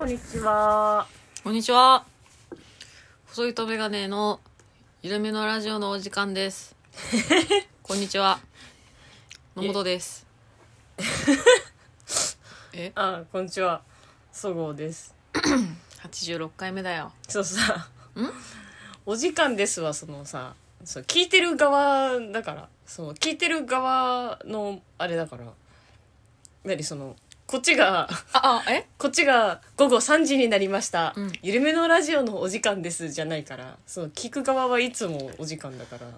んにちは。 こんにちは。細いとメガネの緩めのラジオのお時間です。こんにちは。野本です。 こんにちは。そごうです。 86回目だよ。 そうさ、お時間ですはそう聞いてる側だから、聞いてる側のあれだから、こっちがこっちが午後3時になりました、緩めのラジオのお時間ですじゃないから、聞く側はいつもお時間だから、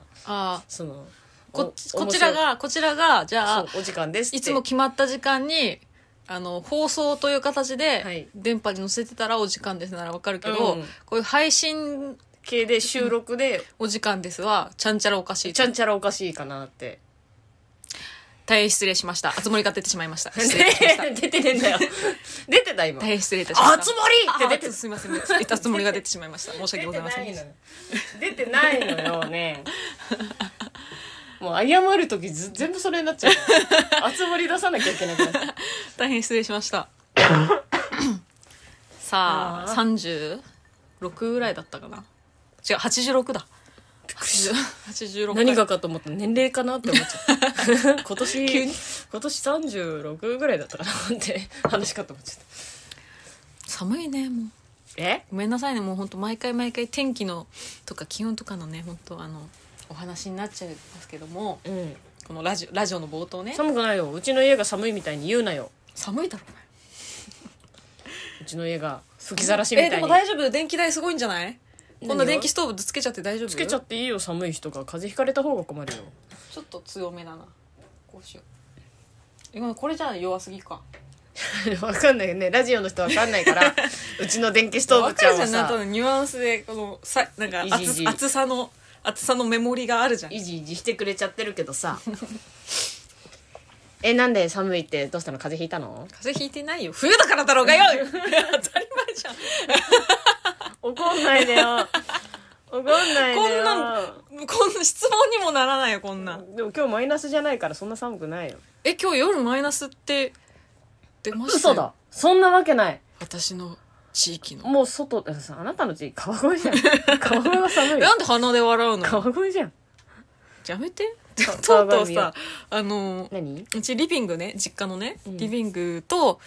こちらがじゃあお時間ですっていつも決まった時間に放送という形で電波に載せてたらお時間ですならわかるけど、こういう配信系で収録でお時間ですはちゃんちゃらおかしい。 ちゃんちゃらおかしいかなって。 大変失礼しました。あつ森が出てしまいました。失礼しました。 出てねえんだよ。出てた今。 大変失礼いたしました。 あつ森って出てすいません。あつ森が出てしまいました。申し訳ございません。 出てないのよね。もう謝るとき全部それになっちゃう。あつ森出さなきゃいけなくなっちゃう。 大変失礼しました。さあ、36ぐらいだったかな。違う、86だ。86 何がかと思ったら年齢かなって思っちゃった今年36ぐらいだったかなって話かと思っちゃった。 寒いね。もうごめんなさいね。もう本当毎回天気のとか気温とかのね、本当お話になっちゃいますけども、このラジオの冒頭ね。 寒くないよ。うちの家が寒いみたいに言うなよ。 寒いだろうね。 うちの家が吹きざらしみたいに。 でも大丈夫？電気代すごいんじゃない？こんな電気ストーブつけちゃって大丈夫？ つけちゃっていいよ。寒い人が風邪ひかれた方が困るよ。 ちょっと強めだな。こうしよう。これじゃあ弱すぎか。 わかんないよね。ラジオの人わかんないからうちの電気ストーブちゃんはさ、 わかるじゃん。ニュアンスでこのなんか厚さのメモリがあるじゃん。 いじいじしてくれちゃってるけどさなんで寒いってどうしたの？風邪ひいたの？ 風邪ひいてないよ。冬だからだろうがよ当たり前じゃん。 怒んないでよ。怒んないでよ。 こんな質問にもならないよ。こんな。 でも今日マイナスじゃないからそんな寒くないよ。 今日夜マイナスって出ましたよ。 嘘だ。そんなわけない。 私の地域の。 もう外でさ、あなたの地域川越じゃん。川越は寒いよ。 なんで鼻で笑うの？ 川越じゃん。 やめて。とうとうさ、 何？ うちリビングね、実家のね、リビングと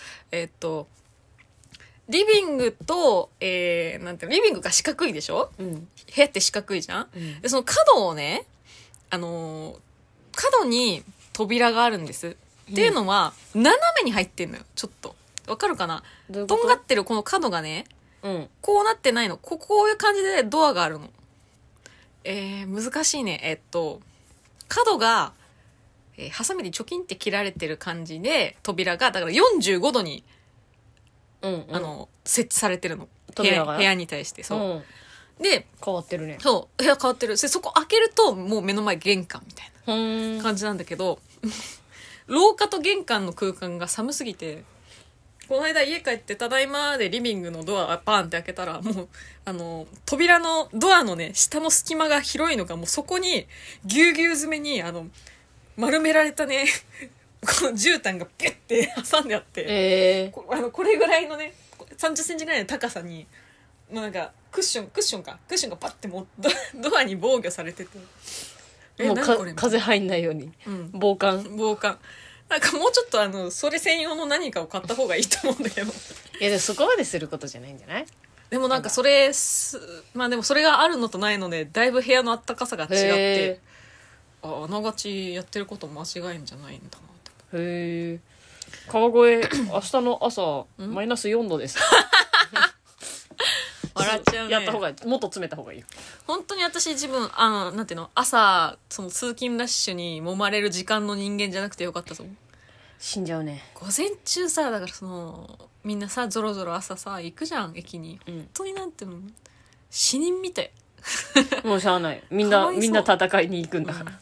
リビングと、なんていうの、リビングが四角いでしょ？部屋って四角いじゃん？で、その角をね、角に扉があるんです。っていうのは、斜めに入ってんのよ、ちょっと。わかるかな？とんがってるこの角がね、こうなってないの。こういう感じでドアがあるの。難しいね。角が、ハサミでチョキンって切られてる感じで、扉が、だから45度に、設置されてるの。部屋に対して、そう。で、 変わってるね。 そう、部屋変わってる。そこ開けると、もう目の前玄関みたいな感じなんだけど、廊下と玄関の空間が寒すぎて、この間家帰ってただいまでリビングのドアパーンって開けたら、もう扉のドアのね下の隙間が広いのが、もうそこにぎゅうぎゅう詰めに丸められたねこの絨毯がピュッて挟んであって、これぐらいのね30センチぐらいの高さにもうなんかクッションがパッてもうドアに防御されてて、 もう風入んないように、防寒なんかもうちょっとそれ専用の何かを買った方がいいと思うんだけど。 いやでもそこまですることじゃないんじゃない？ でもなんかまあでもそれがあるのとないのでだいぶ部屋のあったかさが違って、あながちやってること間違いんじゃないんだなって。 へえ。川越明日の朝マイナス4度です。 笑っちゃうね。 やった方がいい。もっと詰めた方がいいよ。 本当に私自分なんていうの、朝その通勤ラッシュに揉まれる時間の人間じゃなくてよかったぞ。 死んじゃうね。 午前中さ、だからみんなさゾロゾロ朝さ行くじゃん駅に。本当になんていうの、死人みたい。 もうしゃあない。みんな戦いに行くんだから。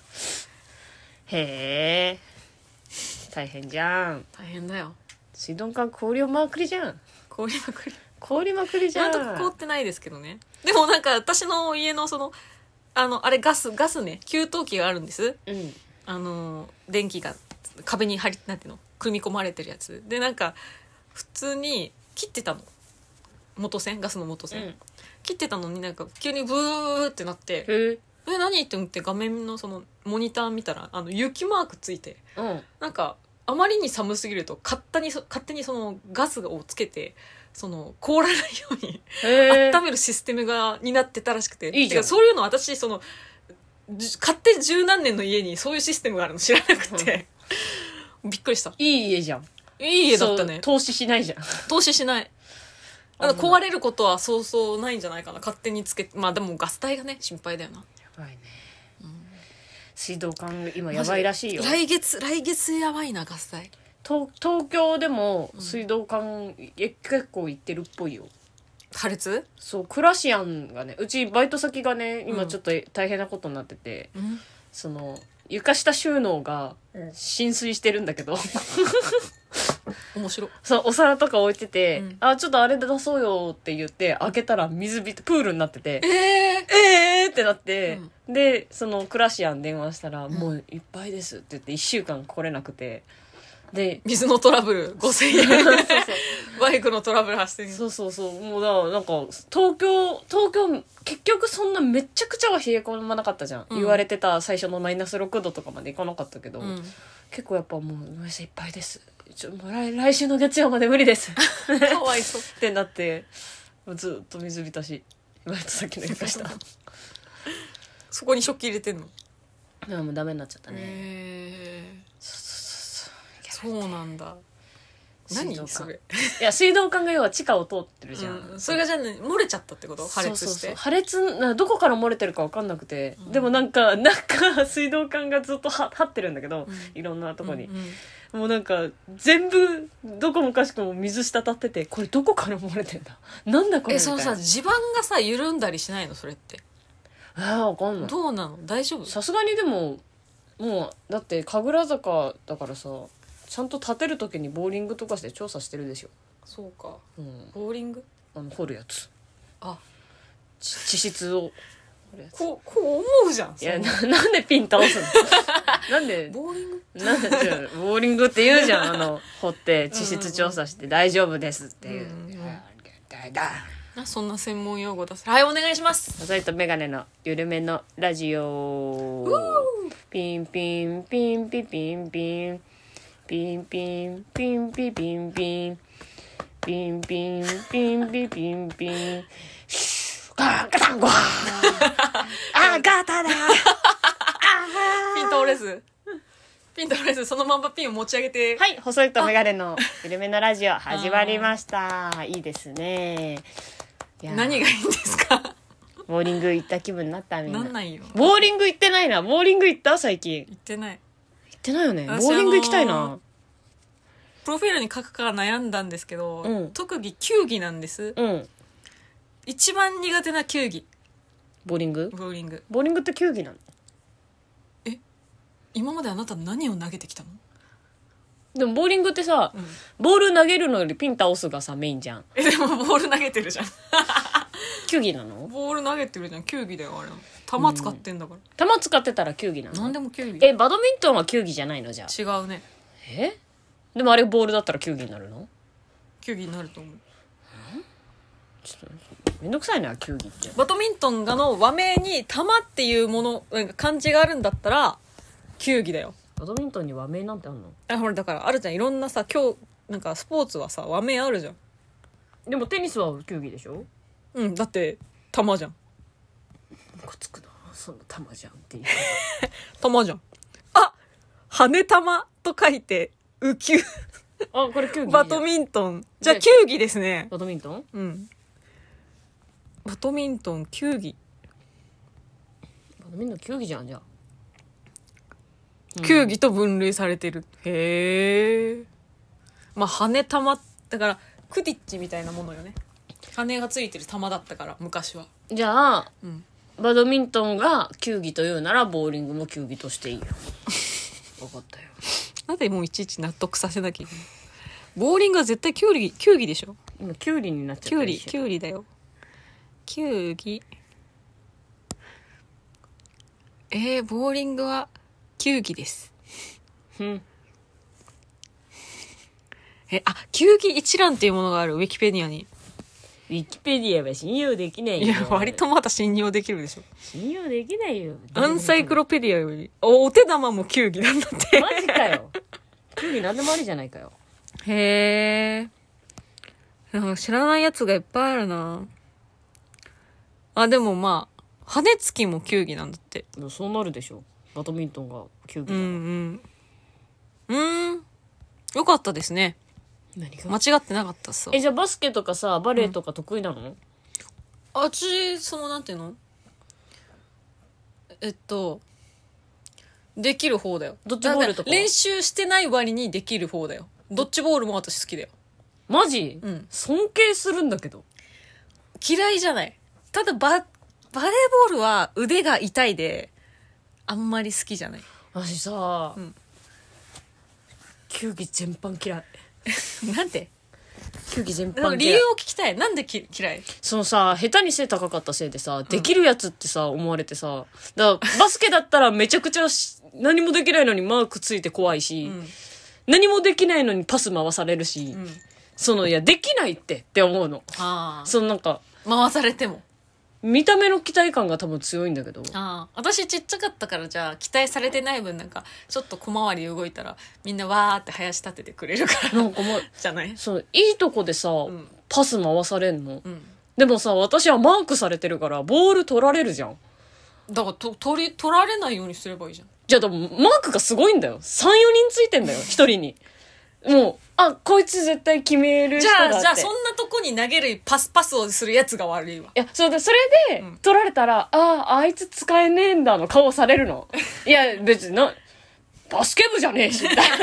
へえ。大変じゃん。 大変だよ。 水道管氷をまくりじゃん。 氷まくり。 氷まくりじゃん。 今んとこ凍ってないですけどね。でもなんか私の家のあれガスね、給湯器があるんです。電気が壁になんていうの、組み込まれてるやつで、なんか普通に切ってたの。 元栓、ガスの元栓、 うん、 切ってたのになんか急にブーってなって、何って思って画面のそのモニター見たら雪マークついて、 うん、 なんかあまりに寒すぎると勝手にそのガスをつけてその凍らないように温めるシステムになってたらしくて、 いいじゃん。 そういうの私勝手十何年の家にそういうシステムがあるの知らなくてびっくりした。 いい家じゃん。 いい家だったね。 投資しないじゃん。 投資しない。壊れることはそうそうないんじゃないかな。勝手につけて。まあでもガス代がね心配だよな。 やばいね、うん、水道管今やばいらしいよ。 来月やばいな、ガス代。 東京でも水道管、結構いってるっぽいよ。 破裂？ そう、クラシアンがね、うちバイト先がね今ちょっと大変なことになってて、その床下収納が浸水してるんだけど、 面白い。 そう、お皿とか置いてて、ちょっとあれで出そうよって言って開けたら水浸プールになってて、ってなって、でそのクラシアン電話したら、もういっぱいですって言って1週間来れなくて、で水のトラブル5000円そうそうバイクのトラブル8000円。 そうもうだからなんか東京結局そんなめちゃくちゃは冷え込まなかったじゃん、言われてた最初のマイナス6度とかまでいかなかったけど、結構やっぱもうごめんなさいいっぱいです、もう来週の月曜まで無理ですかわいそうってなって、ずっと水浸し、バイト先の床下そこに食器入れてんの？ もうダメになっちゃったね。 そうなんだ。何それ。 いや、水道管が要は地下を通ってるじゃん、 それがじゃあ、ね、漏れちゃったってこと？破裂して。 そう破裂どこから漏れてるか分かんなくて、でもなんか水道管がずっと張ってるんだけど、いろんなとこに、もうなんか全部どこもかしくも水滴ってて、これどこから漏れてんだ、なんだこれみたいな。 そのさ、地盤がさ緩んだりしないのそれって？ 分かんない。 どうなの？大丈夫？ さすがにでももうだって神楽坂だからさ、ちゃんと建てる時にボーリングとかして調査してるでしょ。 そうか、ボーリング掘るやつ、 地質をこう思うじゃん。 いやなんでピン倒すのなんでボーリングなんでボーリングって言うじゃん、掘って地質調査して大丈夫ですっていう、 そんな専門用語出す。はい、お願いします。 細いとメガネの緩めのラジオ。ピンピンピンピピンピンピンピンピンピピンピンピンピンピンピピンピンガタンゴガタだピン倒れずそのままピンを持ち上げて。 はい、細いとメガネの緩めのラジオ始まりました。いいですね。 何がいいんですか？ ボーリング行った気分になった？みんな。 なんないよ。 ボーリング行ってないな。ボーリング行った？最近行ってない。 行ってないよね。ボーリング行きたいな。 プロフィールに書くか悩んだんですけど、特技球技なんです。一番苦手な球技。 ボーリングって球技なの？ 今まであなた何を投げてきたの？ でもボーリングってさ、ボール投げるのよりピン倒すがさメインじゃん。 でもボール投げてるじゃん球技なの？ ボール投げてるじゃん。球技だよあれ。球使ってんだから。 球使ってたら球技なの？ 何でも球技。 バドミントンは球技じゃないの？じゃあ違うね。 でもあれボールだったら球技になるの？ 球技になると思う。 ちょっとめんどくさいな、球技って。 バドミントンの和名に球っていうものなんか漢字があるんだったら球技だよ。 バドミントンに和名なんてあんの？ ほらだからあるじゃん、いろんなさ、今日なんかスポーツはさ和名あるじゃん。 でもテニスは球技でしょ？ だって球じゃん。 ムカつくな、その球じゃんっていう球じゃん。羽玉と書いてウキュこれ球技。 バドミントンじゃあ球技ですね。 バドミントン？ バドミントン球技。 バドミントン球技じゃん。じゃあ球技と分類されてる。へえ。羽玉だからクディッチみたいなものよね。羽がついてる玉だったから昔は。 じゃあ、バドミントンが球技というならボーリングも球技としていいよ分かったよ。 なんでもういちいち納得させなきゃいけない。ボーリングは絶対球技でしょ。 今キュウリになっちゃった。 キュウリだよ。球技。ボーリングは球技です。球技一覧っていうものがある、ウィキペディアに。 ウィキペディアは信用できないよ。 いや、割とまだ信用できるでしょ。 信用できないよ。 アンサイクロペディアより、お手玉も球技なんだって。 マジかよ。球技なんでもありじゃないかよ。 へえ。なんか知らないやつがいっぱいあるな。あ、でもまあ、羽根つきも球技なんだって。 そうなるでしょ。バドミントンが球技だから。よかったですね。 何が間違ってなかったっすわ。 じゃあバスケとかさ、バレエとか得意なの？ 私、なんていうの？できる方だよ。 ドッジボールとか練習してない割にできる方だよ。ドッジボールも私好きだよ。 マジ？ うん。 尊敬するんだけど。 嫌いじゃない。ただバレーボールは腕が痛いで、あんまり好きじゃない。 私さ、 うん球技全般嫌い。 なんで？ 球技全般嫌い。 理由を聞きたい。なんで嫌い？ そのさ、下手に背高かったせいでさ、できるやつってさ、思われてさ、だからバスケだったらめちゃくちゃ何もできないのにマークついて怖いし、何もできないのにパス回されるし、いや、できないって思うの。なんか、 回されても。 見た目の期待感が多分強いんだけど。 私ちっちゃかったからじゃあ期待されてない分なんかちょっと小回り動いたらみんなわーって林立ててくれるからなんかもうじゃない？ いいとこでさ、パス回されんの、でもさ、私はマークされてるからボール取られるじゃん。 だから取られないようにすればいいじゃん。 じゃあでもマークがすごいんだよ。3、4人ついてんだよ、1人に。もう、こいつ絶対決める人だって。 じゃあそんなとこに投げるパスをするやつが悪いわ。 いや、それで、取られたら、あいつ使えねえんだの顔されるの。いや、別にバスケ部じゃねえし、みたいな。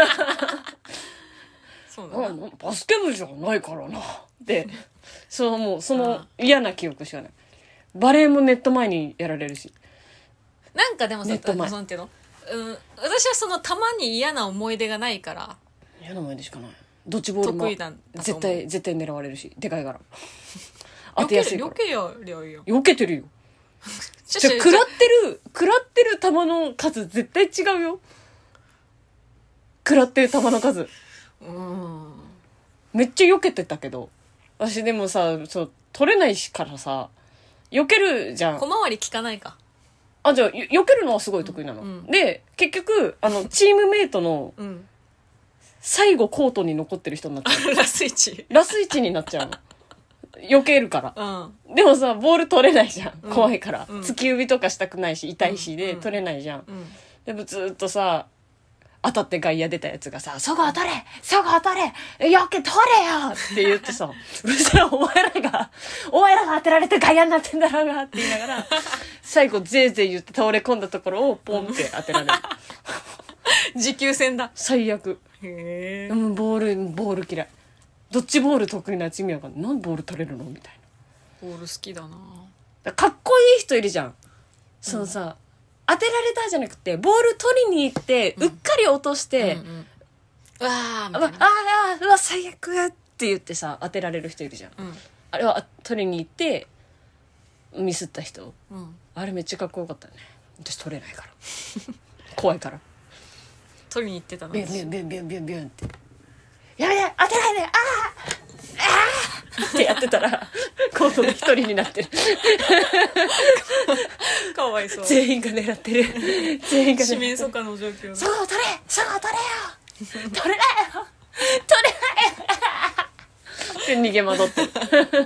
そうだな。 バスケ部じゃないからな。で、嫌な記憶しかない。バレーもネット前にやられるし。 なんかでもさ、 ネット前。 なんていうの？私はたまに嫌な思い出がないから。 嫌な思い出しかない。ドッジボールも得意なんだと思う。 絶対狙われるし、でかいから。当てやすいから。 避けよりゃいいよ。 避けてるよ。食らってる球の数絶対違うよ。食らってる球の数。めっちゃ避けてたけど。私でもさ、取れないからさ、避けるじゃん。 小回り効かないか。 じゃあ、避けるのはすごい得意なの。で、結局、チームメイトの、最後コートに残ってる人になっちゃう。 ラス1 になっちゃうの。避けるから。でもさ、ボール取れないじゃん。怖いから。突き指とかしたくないし、痛いしで取れないじゃん。でもずっとさ、当たって外野出たやつがさ、そこ取れよけ取れよって言ってさ、うるせえお前らが当てられて外野になってんだろうがって言いながら、最後ぜいぜい言って倒れ込んだところをポンって当てられる。 持久戦だ。 最悪。 へえ。 ボール嫌い。ドッジボール得意なやつ意味わかんない。なんでボール取れるのみたいな。ボール好きだな。 かっこいい人いるじゃん。当てられたじゃなくて、ボール取りに行って、うっかり落として、 うわ最悪って言ってさ、当てられる人いるじゃん。あれは取りに行って、ミスった人。あれめっちゃかっこよかったね。私取れないから。怖いから。 取りに行ってたの。 ビュンビュンビュンビュンビュンって。やめて当てないでってやってたら、コートの一人になってる。 かわいそう。 全員が狙ってる。 四面楚歌の状況。 そう取れよ取れないよって逃げ惑ってる。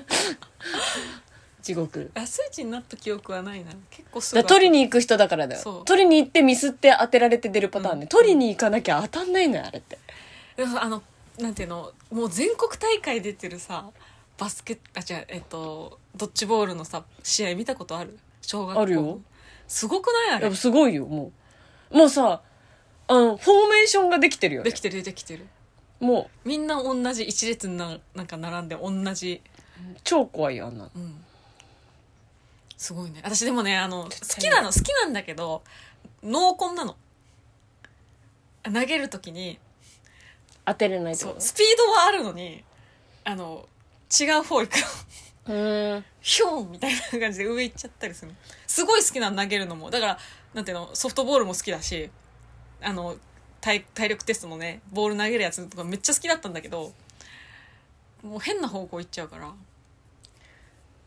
地獄。 ラス1になった記憶はないな。結構すぐ取りに行く人だからだよ。取りに行ってミスって当てられて出るパターンね。取りに行かなきゃ当たんないのよ、あれって。 でもなんていうの、もう全国大会出てるさ、ドッジボールのさ、試合見たことある？小学校。 あるよ。 すごくないあれ？ すごいよ、もうさ、フォーメーションができてるよね。 できてる。 もう。 みんな同じ一列になんか並んで同じ。 超怖いよ、あんな。 すごいね。私でもね、好きなんだけど、濃紺なの。投げるときに、 当てれないと。 スピードはあるのに、違う方行くの。ヒョンみたいな感じで上行っちゃったりする。すごい好きなの投げるのも。だから、なんていうの、ソフトボールも好きだし、体力テストのね、ボール投げるやつとかめっちゃ好きだったんだけど、もう変な方向行っちゃうから。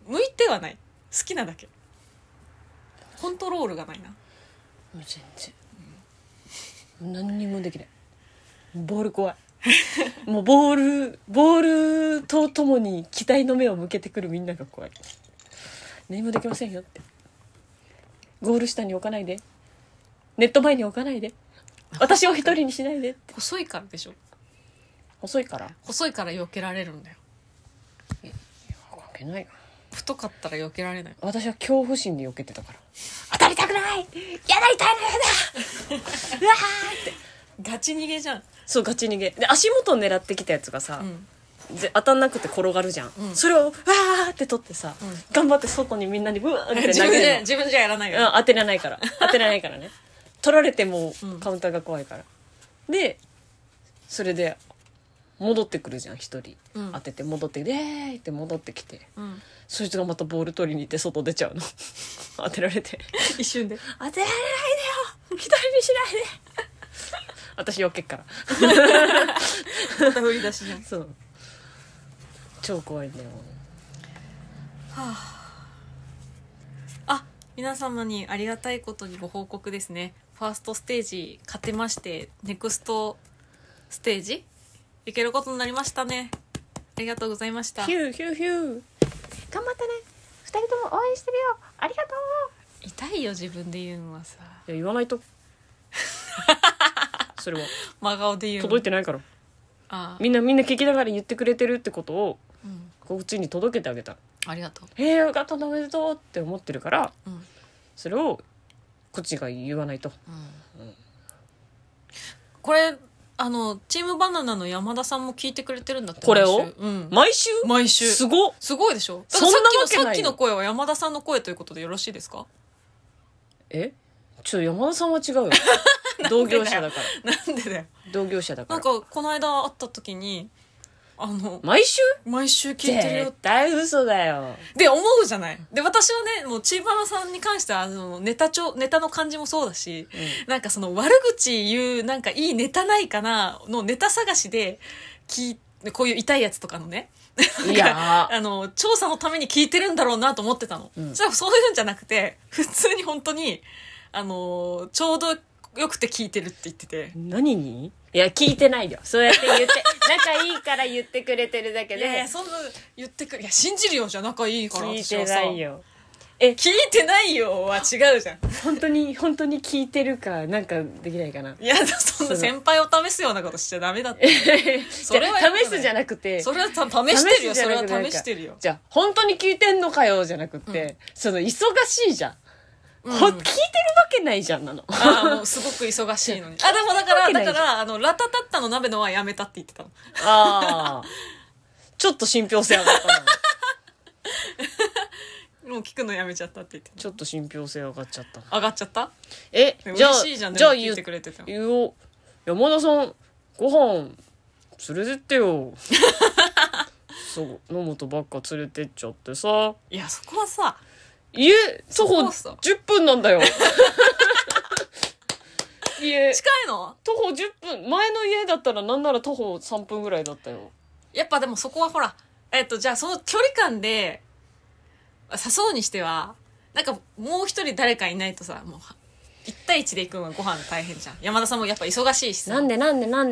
向いてはない。好きなだけ。コントロールがないな。 もう全然、何にもできない。ボール怖い。もうボールとともに期待の目を向けてくるみんなが怖い。何もできませんよって。ゴール下に置かないで、ネット前に置かないで、私を一人にしないでって。 細いからでしょ。 細いから。 細いから避けられるんだよ。 関係ないよ。 太かったら避けられない。 私は恐怖心で避けてたから。当たりたくない、やだ、痛いのやだうわーってガチ逃げじゃん。 そう、ガチ逃げで、足元を狙ってきたやつがさ、 うん、 当たんなくて転がるじゃん、 うん、 それをわーって取ってさ、頑張って外にみんなにブワーって投げるの。 自分じゃやらないよ、 当てれないからね。取られてもカウンターが怖いから、でそれで戻ってくるじゃん一人、当てて戻ってでーって戻ってきて、そいつがまたボール取りに行って外出ちゃうの。当てられて一瞬で当てられないでよ、一人にしないで。私避けっからまた振り出しじゃん。 そう、超怖いんだよ。 あ、皆様にありがたいことにご報告ですね。ファーストステージ勝てまして、ネクストステージ行けることになりましたね。ありがとうございました。 ヒューヒューヒュー、頑張ってね、二人とも応援してるよ、ありがとう。 痛いよ自分で言うのはさ。 いや言わないとそれは真顔で言うの届いてないから。 ああ、 みんな聞きながら言ってくれてるってことを、こっちに届けてあげた。 ありがとう。 よかったおめでとうって思ってるから、 うんそれをこっちが言わないと、 これチームバナナの山田さんも聞いてくれてるんだって。 これを毎週、 毎週すごっ、 すごいでしょ。 そんなわけないよ。 さっきの声は山田さんの声ということでよろしいですか？ 山田さんは違うよ。同業者だから。 なんでだよ。 同業者だから。 なんかこの間会った時に毎週聞いてるよ絶対嘘だよで思うじゃない。で私はね、もうチーバナさんに関してはネタの感じもそうだし、なんかその悪口言うなんかいいネタないかなのネタ探しでこういう痛いやつとかのね、 いや調査のために聞いてるんだろうなと思ってたの。じゃあそういうんじゃなくて普通に本当にちょうどよくて聞いてるって言ってて。 何に？いや聞いてないよ、そうやって言って仲いいから言ってくれてるだけで。 いやそんな言ってくる、いや信じるよ、じゃあ仲いいから。 聞いてないよ。 聞いてないよは違うじゃん。 本当に聞いてるかなんかできないかな。 いやそんな先輩を試すようなことしちゃダメだって。 それは試すじゃなくて、 それは試してるよ、それは試してるよ。 じゃあ本当に聞いてんのかよじゃなくて、その忙しいじゃん。聞いてるわけないじゃんなの。 もうすごく忙しいのに。でもだからラタタッタの鍋のはやめたって言ってたの。 ちょっと信憑性上がったもう聞くのやめちゃったって言ってた。 ちょっと信憑性上がっちゃった。 上がっちゃった？ じゃあ嬉しいじゃん。じゃあ言ってくれてた。 言おう。山田さんご飯連れてってよ。そう野本ばっか連れてっちゃってさ。 いやそこはさ、 家徒歩10分なんだよ。家近いの？徒歩10分。前の家だったらなんなら徒歩3分ぐらいだったよ。 やっぱでもそこはほらじゃあその距離感で誘うにしてはなんかもう一人誰かいないとさ、もう1対1で行くのがご飯大変じゃん。山田さんもやっぱ忙しいしさ。なんで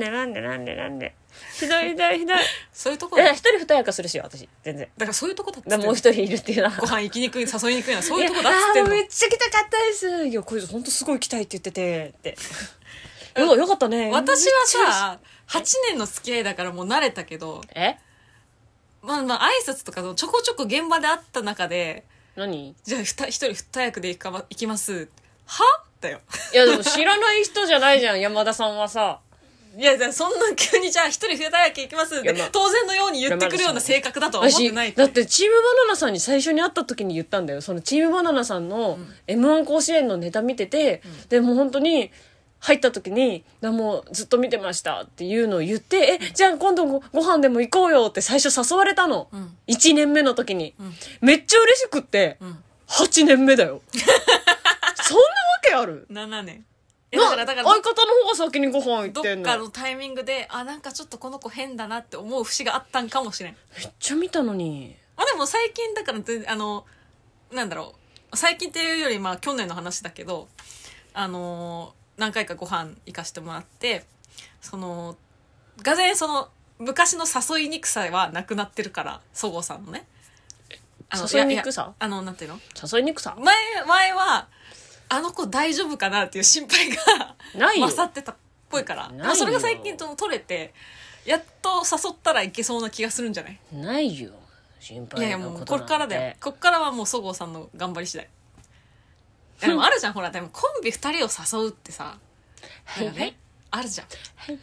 ひどいそういうとこだ。 一人二役するしよ私全然。 だからそういうとこだっつってもう一人いるっていうのはご飯行きにくい、誘いにくいのはそういうとこだっつってんの。 めっちゃ来たかったです。いやこいつほんとすごい来たいって言っててってよかったね。 私はさ8年の付き合いだからもう慣れたけど、まあ挨拶とかちょこちょこ現場で会った中で、 何じゃあ一人二役で行きますはだよ。 いやでも知らない人じゃないじゃん山田さんはさ。 いやそんな急にじゃあ一人二役行きますって当然のように言ってくるような性格だとは思ってないって。 だってチームバナナさんに最初に会った時に言ったんだよ。そのチームバナナさんの M1 甲子園のネタ見てて、でもう本当に入った時にもうずっと見てましたっていうのを言って、じゃあ今度ご飯でも行こうよって最初誘われたの、1年目の時に、めっちゃ嬉しくって、8年目だよ。そんなわけある ？7年。 だから相方の方が先にご飯行ってんの。 どっかのタイミングでなんかちょっとこの子変だなって思う節があったんかもしれん。 めっちゃ見たのに。 まあでも最近だからなんだろう、最近っていうよりまあ去年の話だけど、何回かご飯行かしてもらって、がぜ昔の誘いにくさはなくなってるから、そごうさんのね。 誘いにくさ？ なんていうの？ 誘いにくさ？ 前は、あの子大丈夫かなっていう心配がないよ勝ってたっぽいから。でもそれが最近取れて、やっと誘ったらいけそうな気がするんじゃない？ ないよ。心配なことなんて。 いやいやもうこれからだよ。こっからはもうそごうさんの頑張り次第。でもあるじゃん、ほら、でもコンビ2人を誘うってさ、 はいはい、 あるじゃん。 はいはい、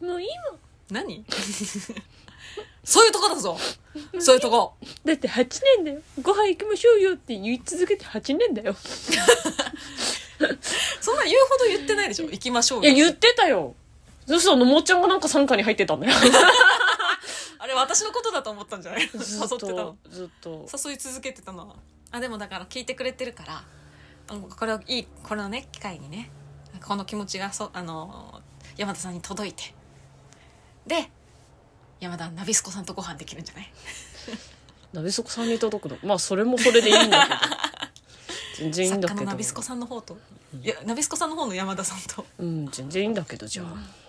もういいもん。 何そういうとこだぞ。そういうとこ。 だって8年だよ。ご飯行きましょうよって言い続けて8年だよ。 そんな言うほど言ってないでしょ。行きましょうよ。 いや言ってたよ。そしたらのもっちゃんがなんか傘下に入ってたんだよ。 あれ私のことだと思ったんじゃない？誘ってたの。 ずっと誘い続けてたのは。あ、でもだから聞いてくれてるから、これのね機会にね、この気持ちが山田さんに届いて、で山田ナビスコさんとご飯できるんじゃない？ ナビスコさんに届くの、まあそれもそれでいいんだけど。全然いいんだけど。 作家のナビスコさんの方と、いやナビスコさんの方の山田さんと、 全然いいんだけど、じゃあ、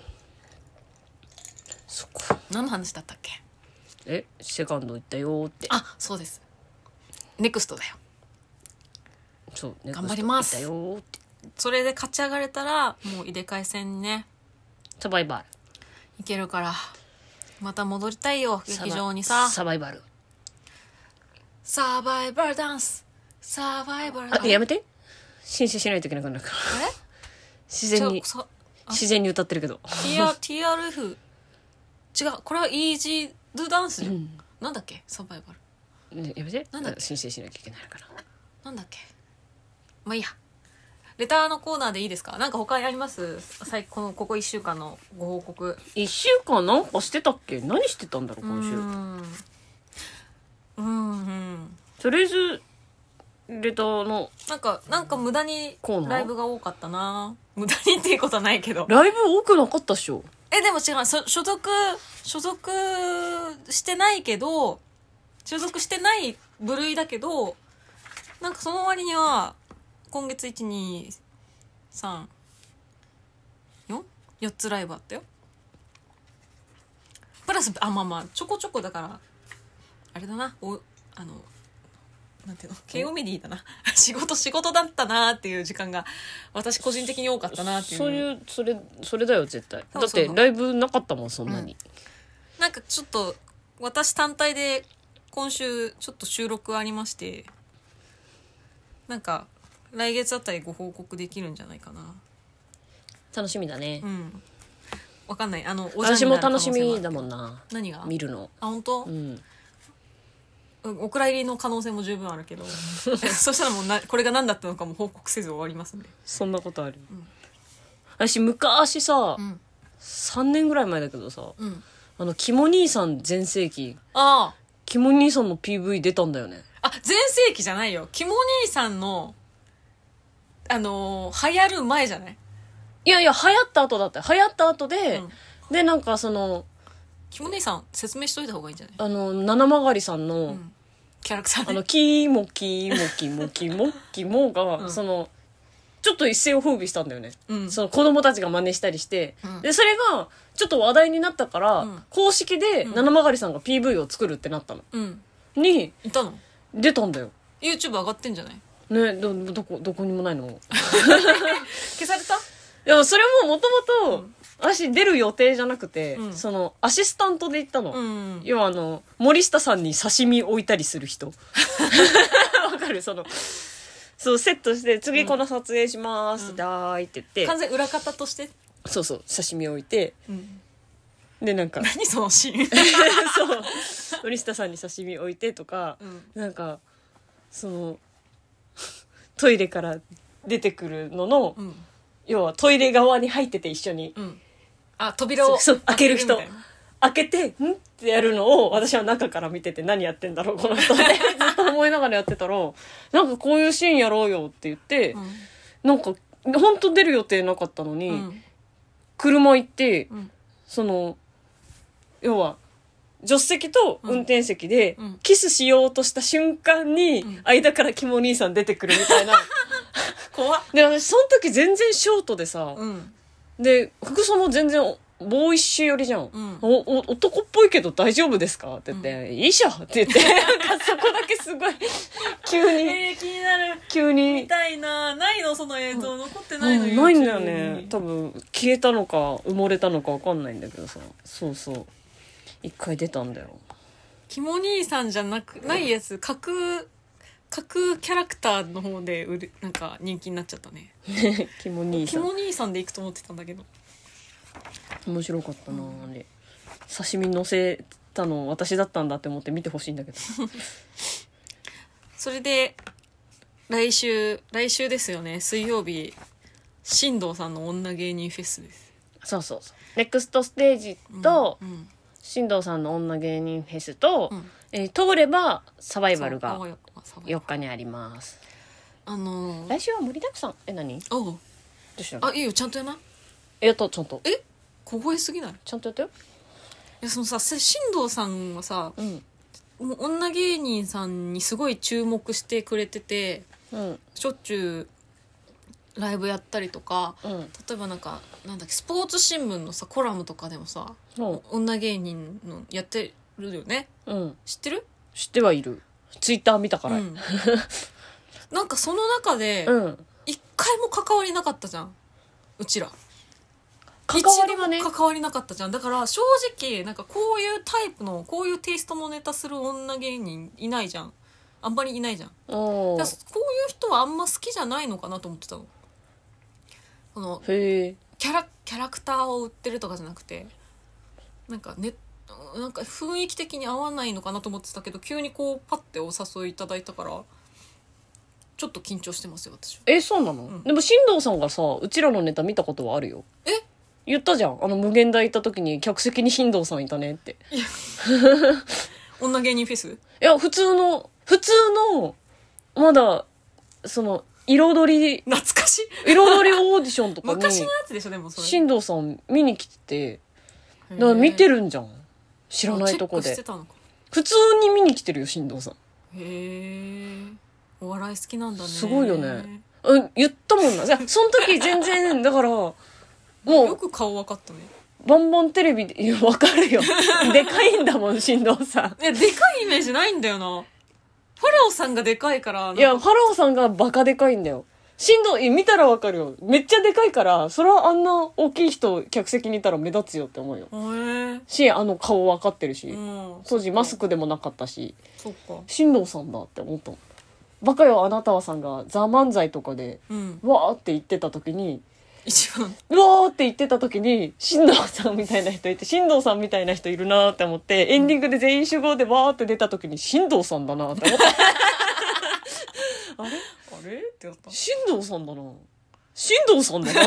そこ何の話だったっけ？ セカンド行ったよって。 あ、そうです。ネクストだよ。 そう頑張ります。 ネクスト行ったよって。 それで勝ち上がれたらもう入れ替え戦にね、 サバイバルいけるから、また戻りたいよ劇場にさ。 サバイバルダンス、サバイバルダンス。 やめて、申請しないといけなくなるから。 あれ自然に歌ってるけど。 TRF 違う、これはイージードゥダンスじゃん、なんだっけサバイバル、 ね、やめて、 なんだっけ申請しなきゃいけないから。 なんだっけ、まあいいや。レターのコーナーでいいですか？なんか他にあります？ここ1週間のご報告。 1週間なんかしてたっけ？何してたんだろう今週。とりあえずレターのなんか無駄にライブが多かったな。無駄にっていうことはないけど、 ライブ多くなかったっしょ。 でも違う、所属してないけど、所属してない部類だけど、なんかその割には今月 1,2,3,4 4つライブあったよ。プラスまあちょこちょこだからあれだな、なんていうの、ケイオメディだな。仕事だったなっていう時間が私個人的に多かったなっていう。 それだよ絶対。だってライブなかったもんそんなに、 なんかちょっと私単体で今週ちょっと収録ありまして、なんか来月あたりご報告できるんじゃないかな。 楽しみだね。 わかんない。 私も楽しみだもんな。 何が？ 見るの。 あ、本当？お蔵入りの可能性も十分あるけどそしたらもうこれが何だったのかも報告せず終わりますね。 そんなことある？私昔さ、3年ぐらい前だけどさ、キモ兄さん全盛期、キモ兄さんの PV 出たんだよね。 全盛期じゃないよ。キモ兄さんの流行る前じゃない？ いやいや、流行った後だった。流行った後で、でなんかキモ兄さん説明しといた方がいいんじゃない？ 七曲さんの、 キャラクターでキモキモキモキモキモが、ちょっと一世を風靡したんだよね。子供たちが真似したりして、でそれがちょっと話題になったから、公式で七曲さんが PV を作るってなったの。にいたの？ 出たんだよ。 YouTube 上がってんじゃない？ ね、どこにもないの。 消された？ いや、それももともと私出る予定じゃなくて、アシスタントで行ったの。要は森下さんに刺身置いたりする人。わかる？そうセットして次この撮影します、だーいって言って、 完全裏方として、 そう刺身置いて、でなんか何そのシーンそう森下さんに刺身置いてとか、なんかトイレから出てくるのの、要はトイレ側に入ってて一緒に、 扉を開ける人開けてんってやるのを私は中から見てて、何やってんだろうこの人ってずっと思いながらやってたら、なんかこういうシーンやろうよって言って、なんか本当出る予定なかったのに、車行って、要は助手席と運転席でうんキスしようとした瞬間にん間からキモ兄さん出てくるみたいな。 怖っ。 で、私その時全然ショートでさ、 うん。 で、服装も全然ボーイッシュ寄りじゃん。 うん男っぽいけど大丈夫ですかって言って、いいっしょって言って、なんかそこだけすごい、急に、 気になる。 急に見、たいな。ないのその映像。残ってないのよ。 ないんだよ YouTube ねに。 多分消えたのか埋もれたのか分かんないんだけどさ、そうそう一回出たんだよ。 キモ兄さんじゃないやつ、架空キャラクターの方でなんか人気になっちゃったね。 キモ兄さんキモ兄さんで行くと思ってたんだけど。 面白かったな、あれ刺身乗せたの私だったんだって思って見てほしいんだけど。 それで、来週ですよね。水曜日、新藤さんの女芸人フェスです。 そうそうそう、ネクストステージと、 うん新藤さんの女芸人フェスと、 うん通ればサバイバルがそう 4日にあります。 ー来週は盛りだくさん。何どおううしたの？ あ、いいよ、ちゃんとやな。 やった、ちゃんと凍えすぎない？いちゃんとやったよ。 や、そのさ、新藤さんはさ、 うんもう女芸人さんにすごい注目してくれてて、 うんしょっちゅうライブやったりとか、 うん例えばなんだっけ、スポーツ新聞のさコラムとかでもさ、 うん女芸人のやってるよね。 うん知ってる？ 知ってはいる。ツイッター見たから。 うんなんかその中でうん。 一回も関わりなかったじゃん、うちら。 関わりはね一度も関わりなかったじゃん。だから正直なんかこういうタイプのこういうテイストのネタする女芸人いないじゃん。あんまりいないじゃん。 おーだからこういう人はあんま好きじゃないのかなと思ってたの。このへえ。 キャラクターを売ってるとかじゃなくて、なんか雰囲気的に合わないのかなと思ってたけど、急にこうパッてお誘いいただいたからちょっと緊張してますよ、私は。 そうなの、 んでも新藤さんがさ、うちらのネタ見たことはあるよ。 え言ったじゃん。無限大行った時に客席に新藤さんいたねって。 女芸人フェス？ いや、普通の、まだ、彩り懐かしいオーディションとかに、 昔のやつでしょ、でもそれ。 新藤さん見に来てて、だから見てるんじゃん。知らないとこでチェックして。たのか。 普通に見に来てるよ、新藤さん。 へえ、お笑い好きなんだね。 すごいよね。言ったもんな。いや、その時全然、だから、もう、 よく顔分かったね。 バンバンテレビで、いや、わかるよ。でかいんだもん、新藤さん。 いや、でかいイメージないんだよな。ファラオさんがでかいから。 いや、ファラオさんがバカでかいんだよ。見たらわかるよ。めっちゃでかいから、それはあんな大きい人、客席にいたら目立つよって思うよ。 へえ。 し、顔わかってるし。 うん。 当時マスクでもなかったし、 そっか。 新藤さんだって思ったもん。バカよあなたはさんがザ・漫才とかで、 うん。 わーって言ってた時に、 一番。 うわーって言ってた時に、新藤さんみたいな人いて、新藤さんみたいな人いるなーって思って、エンディングで全員集合でわーって出た時に、新藤さんだなーって思った。あれあれってなった。 新藤さんだな。新藤さんだな。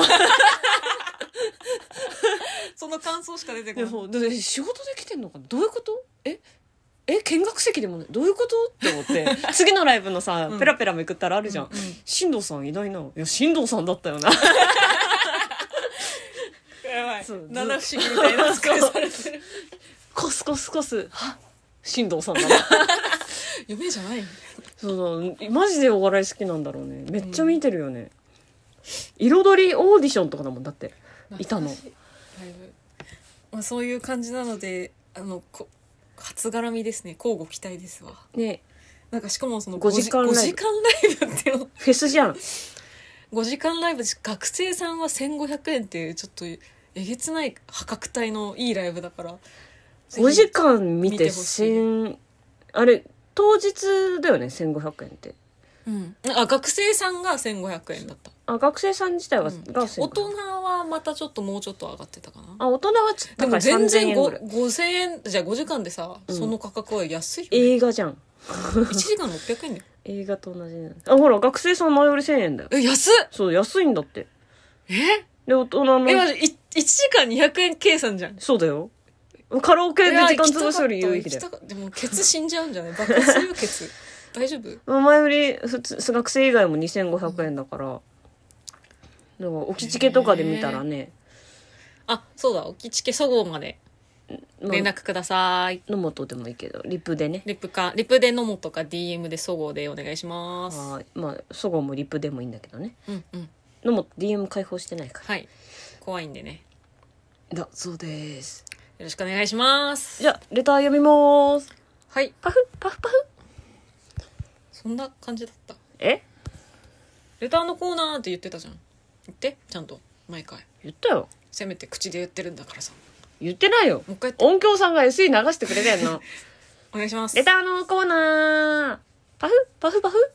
その感想しか出てこない。 いやそうで仕事で来てんのかな、どういうこと？見学席でもね、どういうことって思って次のライブのさ、ペラペラめくったらあるじゃん、新藤さんいないな。いや新藤さんだったよな。 やばい。 そう七不思議みたいな扱いされてる。 コスは新藤さんだな。 夢じゃない。 そうマジでお笑い好きなんだろうね。めっちゃ見てるよね、彩りオーディションとかだもんだっていたの。 だいぶ、まあ、そういう感じなので初絡みですね。交互期待ですわ。 ね、 なんかしかもその 5時間ライブ 5時間ライブっていうのフェスじゃん。 5時間ライブ、学生さんは1500円っていうちょっとえげつない破格帯のいいライブだから、 5時間見て見てほしいあれ当日だよね、1500円って。 学生さんが1500円だった。 学生さん自体は、が1500円。 大人はまたちょっともうちょっと上がってたかな。 大人はちょっとでも高い、3000 全然円ぐらい。 5000円じゃあ5時間でさ、その価格は安いよ、ね。 映画じゃん。 1時間600円だよ。 映画と同じなの。ほら、学生さん前より1000円だよ。 安っ。 そう、安いんだって。 えで、大人の。 1時間200円計算じゃん。 そうだよ。カラオケで時間潰すより有益だよ。 でもケツ死んじゃうんじゃない？爆発するよケツ。大丈夫？ 前より普通、学生以外も2500円だから。だから、置きチケとかで見たらね。 あ、そうだ、置きチケそごうまで連絡ください。 野本でもいいけど、リプでね。 リプで野本か DM でそごうでお願いします。 はい。まあ、そごうもリプでもいいんだけどね。 うんうん。 野本 DM 開放してないから。 はい。怖いんでね。 だそうです。 よろしくお願いします。 じゃあレター読みます。 はい。 パフパフパフ。 そんな感じだった。 え？ レターのコーナーって言ってたじゃん。言ってちゃんと毎回。 言ったよ。 せめて口で言ってるんだからさ。 言ってないよ。 もう一回言って。 音響さんが SE 流してくれてんの。 お願いします。 レターのコーナー。パフパフパフ。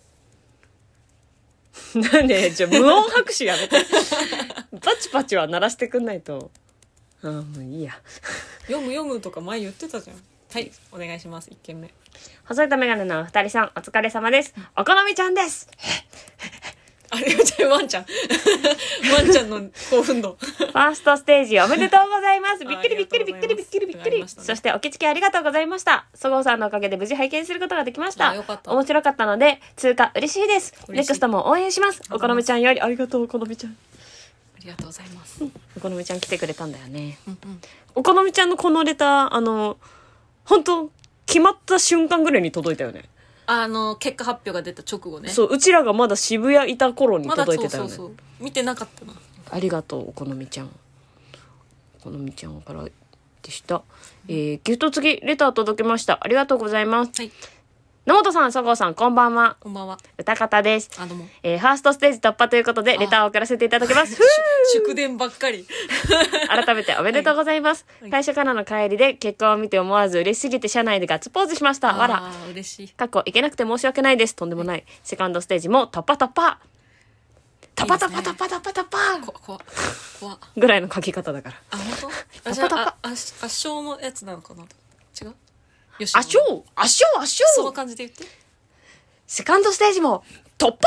なんで無音拍手やめて。パチパチは鳴らしてくんないと。ああ、もういいや。 読むとか前言ってたじゃん。はい、お願いします。1件目。 細いとメガネのお二人さん、お疲れ様です。お好みちゃんです。 あれがじゃあワンちゃん。ワンちゃんの興奮度。 ファーストステージおめでとうございます。びっくりびっくりびっくりびっくりびっくり。 ね、 そしてお気付きありがとうございました。そごうさんのおかげで無事拝見することができました。 よかった。 面白かったので、通過嬉しいです。ネクストも応援します。お好みちゃんよりありがとう、お好みちゃん。 ありがとうございます。 お好みちゃん来てくれたんだよね。 うんうん、 お好みちゃんのこのレター、本当決まった瞬間ぐらいに届いたよね。 結果発表が出た直後ね。 そう、うちらがまだ渋谷いた頃に届いてたよね。 そう見てなかったな。 ありがとう、お好みちゃん。お好みちゃんからでした。ギフト付きレター届きました。ありがとうございます。 はい。 野本さん、そごうさん、こんばんは。 こんばんは。 歌方です。 どうも。 ファーストステージ突破ということで、レターを送らせていただきます。 祝電ばっかり。 改めておめでとうございます。 はい、 会社からの帰りで結果を見て思わず嬉しすぎて車内でガッツポーズしました。わら。 嬉しい。 過去行けなくて申し訳ないです。とんでもない。セカンドステージも突破突破。突破突破突破突破突破。怖ぐらいの書き方だから。 あ、本当？じゃあ、圧勝のやつなのかな？違う？よし。 圧勝その感じで言って。 セカンドステージも突破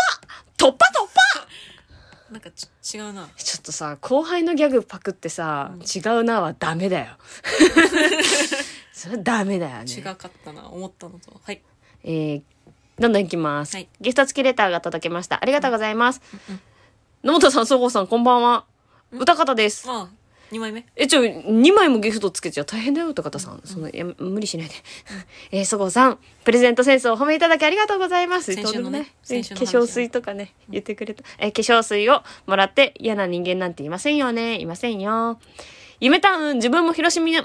なんか違うな。 ちょっとさ、後輩のギャグパクってさ、違うなはダメだよ。それダメだよね。 違かったな、思ったのと。はい。 どんどんいきます。はい、ギフト付きレターが届きました。ありがとうございます。野本さん、そごうさん、こんばんは。歌方です。 ああ、2枚目 2枚もギフトつけちゃ大変だよ、歌方さん。無理しないで。そごうさん、プレゼントセンスをお褒めいただきありがとうございます。 先週のね、 化粧水とかね、言ってくれた。化粧水をもらって嫌な人間なんていませんよね。いませんよ。夢タウン、自分も広島に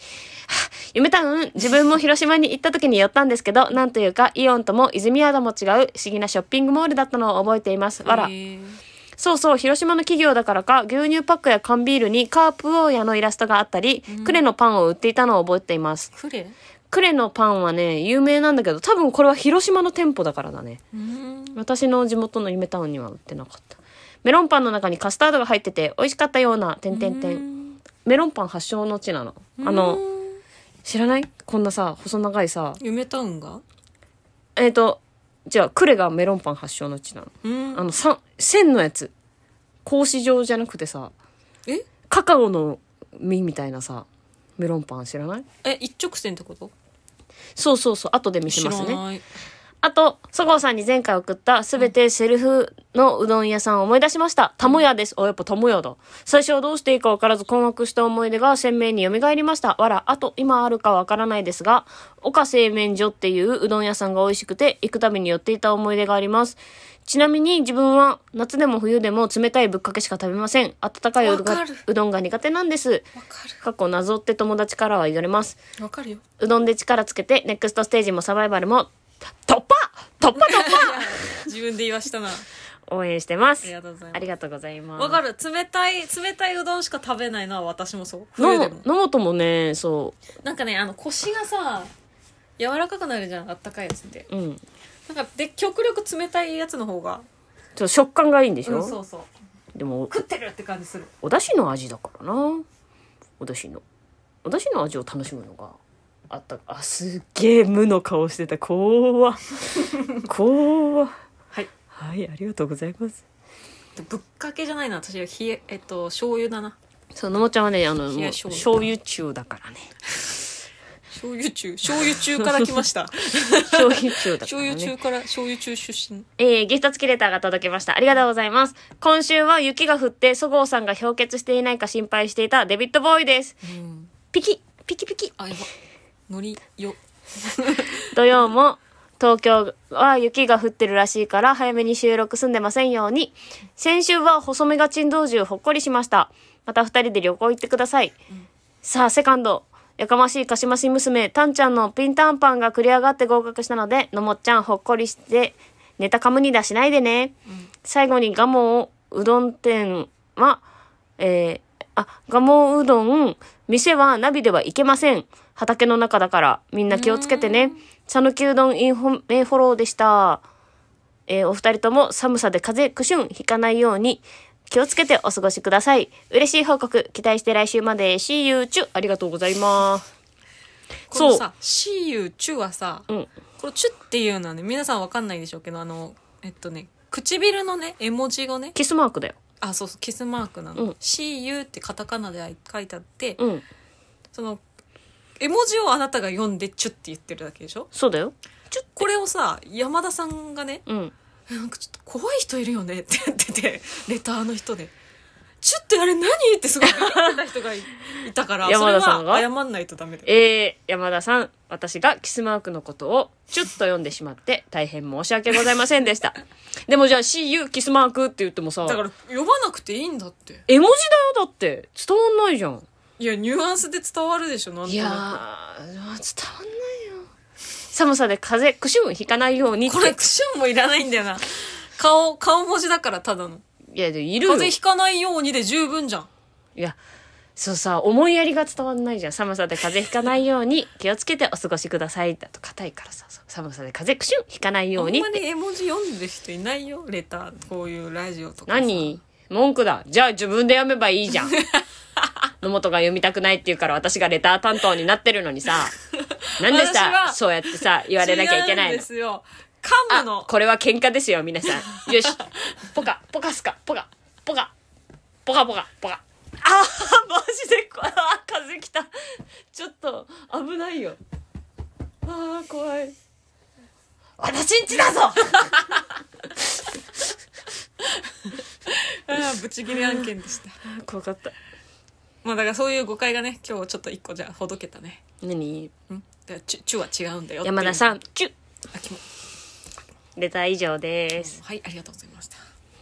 行った時に寄ったんですけど、なんというか、イオンとも泉宿も違う不思議なショッピングモールだったのを覚えています。わら。そうそう、広島の企業だからか、牛乳パックや缶ビールにカープオーヤのイラストがあったり、クレのパンを売っていたのを覚えています。クレのパンはね、有名なんだけど、多分これは広島の店舗だからだね。私の地元の夢タウンには売ってなかった。メロンパンの中にカスタードが入ってて、美味しかったような、メロンパン発祥の地なの。知らない？こんなさ、細長いさ。 夢タウンが？ じゃあ、クレがメロンパン発祥の地なの。線のやつ。格子状じゃなくてさ、カカオの実みたいなさ、メロンパン知らない？ 一直線ってこと？ そう。後で見せますね。 知らない。 あと、そごうさんに前回送ったすべてセルフのうどん屋さんを思い出しました。たもやです。やっぱたもやだ。最初はどうしていいかわからず困惑した思い出が鮮明に蘇りました。わら。あと、今あるかわからないですが、岡製麺所っていううどん屋さんが美味しくて、行くたびに寄っていた思い出があります。ちなみに自分は夏でも冬でも冷たいぶっかけしか食べません。温かいうどんが苦手なんです。過去謎って友達からは言われます。 わかるよ。 うどんで力つけて、ネクストステージもサバイバルも突破自分で言わしたな。 応援してます。 ありがとうございます。 わかる。冷たいうどんしか食べないのは私もそう。冬でも。 野本もね、そう。 なんかね、腰がさ、柔らかくなるじゃん、あったかいやつって。なんか、極力冷たいやつの方が。 食感がいいんでしょ？ そう。 でも、 食ってるって感じする。 お出汁の味だからな。お出汁の味を楽しむのが。すっげえ無の顔してた。怖はい、ありがとうございます。 ぶっかけじゃないな、私は醤油だな。 そう、のもちゃんはね、醤油中だからね。 醤油中から来ました。 醤油中だからね。 醤油中出身。 ギフト付きレターが届きました。ありがとうございます。今週は雪が降って、そごうさんが氷結していないか心配していたデビッドボーイです。ピキピキピキ。 あ、やば。のりよ。 土曜も東京は雪が降ってるらしいから早めに収録済んでませんように。先週は細めが珍道中ほっこりしました。また二人で旅行行ってください。さあセカンド、やかましいかしまし娘たんちゃんのピンタンパンが繰り上がって合格したので、のもっちゃんほっこりしてネタかむに出しないでね。最後に蒲生うどん店は蒲生うどん店はナビでは行けません。畑の中だからみんな気をつけてね。さぬきうどんインフォローでした。お二人とも寒さで風邪くしゅんひかないように気をつけてお過ごしください。嬉しい報告期待して来週まで See you チュありがとうございます。 このさ See you チュはさ、 うん、 このチュっていうのはね皆さんわかんないでしょうけど唇のね絵文字がねキスマークだよ。 あ、そうそうキスマークなの、See you ってカタカナで書いてあって、その絵文字をあなたが読んでチュって言ってるだけでしょ。 そうだよ。 これをさ山田さんがね、なんかちょっと怖い人いるよねって言ってて、レターの人でチュってあれ何ってすごい言ってた人がいたから山田さんがそれは謝んないとダメだよ。 山田さん、私がキスマークのことをチュッと読んでしまって大変申し訳ございませんでした。でもじゃあ See you キスマークって言ってもさ、 だから読まなくていいんだって。 絵文字だよ。だって伝わんないじゃん。 いやニュアンスで伝わるでしょ。なんとなく。 いやー伝わんないよ。寒さで風邪クシュンひかないようにって。 これクシュンもいらないんだよな。顔文字だからただの。 いやでいるよ。 風邪ひかないようにで十分じゃん。 いやそうさ、思いやりが伝わんないじゃん。寒さで風邪ひかないように気をつけてお過ごしくださいだと硬いからさ、寒さで風邪クシュンひかないようにって。 あんまり絵文字読んでる人いないよ。レターこういうラジオとかさ。 何文句だ。じゃあ自分で読めばいいじゃん。野本が読みたくないって言うから私がレター担当になってるのにさ、なんでさそうやってさ言われなきゃいけないの。 違うんですよ。噛むの。 これは喧嘩ですよ皆さん。よし、ポカポカスカポカポカポカポカポカ。マジで風来た。ちょっと危ないよ。怖い。私んちだぞ。 ブチギレ案件でした。 怖かった。 まあだからそういう誤解がね今日ちょっと一個じゃあほどけたね。 何？ だからチュは違うんだよ。 山田さんチュ。 キモ。 レター以上です。 はい、ありがとうございました。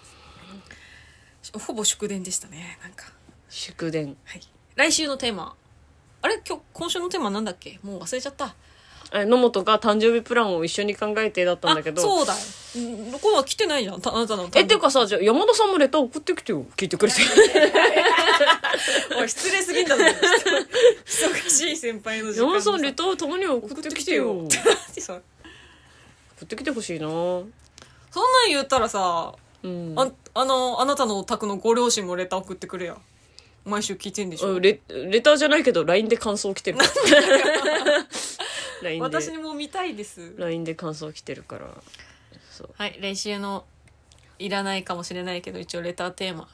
ほぼ祝電でしたね。なんか祝電。 はい。来週のテーマ、あれ今週のテーマなんだっけ、もう忘れちゃった。 野本が誕生日プランを一緒に考えてだったんだけど。 そうだよ。これは来てないじゃん。あなたのっていうかさ、じゃあ山田さんもレター送ってきてよ。聞いてくれて。 おい失礼すぎんだぞ。忙しい先輩の時間。 山田さんレターたまには送ってきてよ。送ってきてほしいな。そんなん言ったらさ、あなたのお宅のご両親もレター送ってくれや。毎週聞いてんでしょ。 レターじゃないけど LINE で感想来てる。 私にも見たいです。 LINE で感想来てるから。そう、 はい、来週のいらないかもしれないけど一応レターテーマ、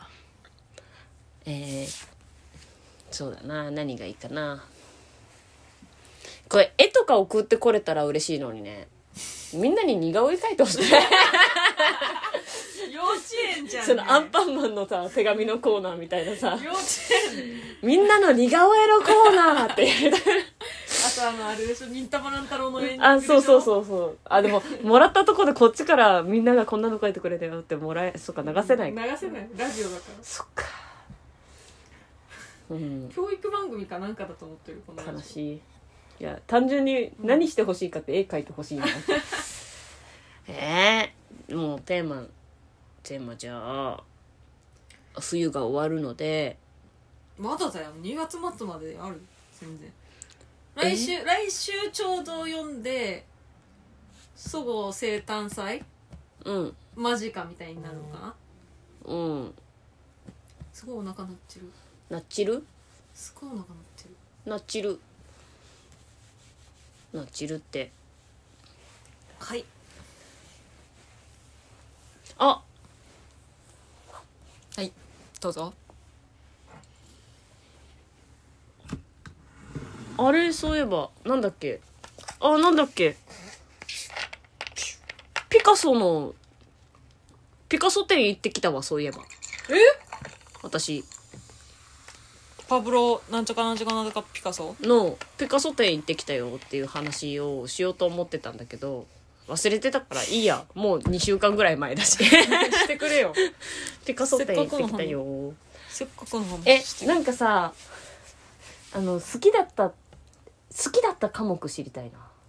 そうだな、何がいいかな。これ絵とか送ってこれたら嬉しいのにね。みんなに似顔絵描いてほしい。 幼稚園じゃん、ね、 そのアンパンマンのさ手紙のコーナーみたいなさ、 幼稚園みんなの似顔絵のコーナーって言う。 あとあれでしょ、忍たま乱太郎の演あ、そうでももらったとこでこっちからみんながこんなの書いてくれたよってそっか、流せない、 流せない、ラジオだから。 そっか、 教育番組かなんかだと思ってる。この悲しい。いや単純に何してほしいかって絵描いてほしいな。もうテーマじゃあ冬が終わるので。 まだだよ、2月末まである。全然来週ちょうど読んでそごう生誕祭間近みたいになるのかな。すごいお腹鳴ってる。 なっちるすごいお腹鳴ってる。 なっちるなっちるって。 はい、はいどうぞ。 あれ、そういえばなんだっけピカソ展行ってきたわ。そういえば私パブロなんちゃかなんちゃかなんちゃかピカソのピカソ展行ってきたよっていう話をしようと思ってたんだけど忘れてたからいいや、もう2週間ぐらい前だししてくれよ。 ピカソ展行ってきたよ。 せっかくの話してなんかさ好きだった科目知りたいな。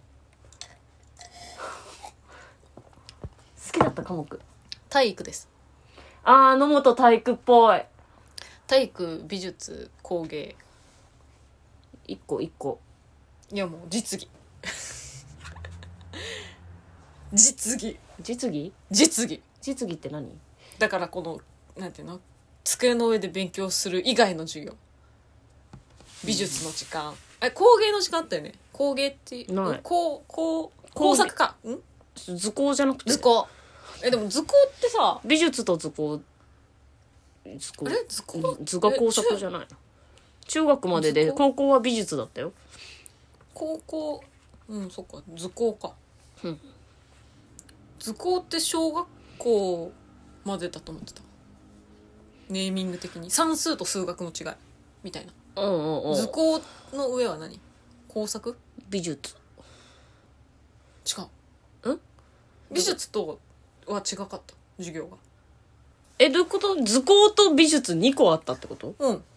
好きだった科目体育です。 野本体育っぽい。 体育、美術、工芸。 一個いやもう実技実技実技って何？ だからこのなんていうの、机の上で勉強する以外の授業、美術の時間、工芸の時間あったよね。工芸ってない工作か図工じゃなくて図工。でも図工ってさ、 美術と図工図画工作じゃないの？中学までで高校は美術だったよ。 高校そっか、図工か。図工って小学校までだと思ってた。ネーミング的に算数と数学の違いみたいな。図工の上は何？工作？ 美術。 違う。美術とは違かった授業が。 どういうこと？図工と美術2個あったってこと？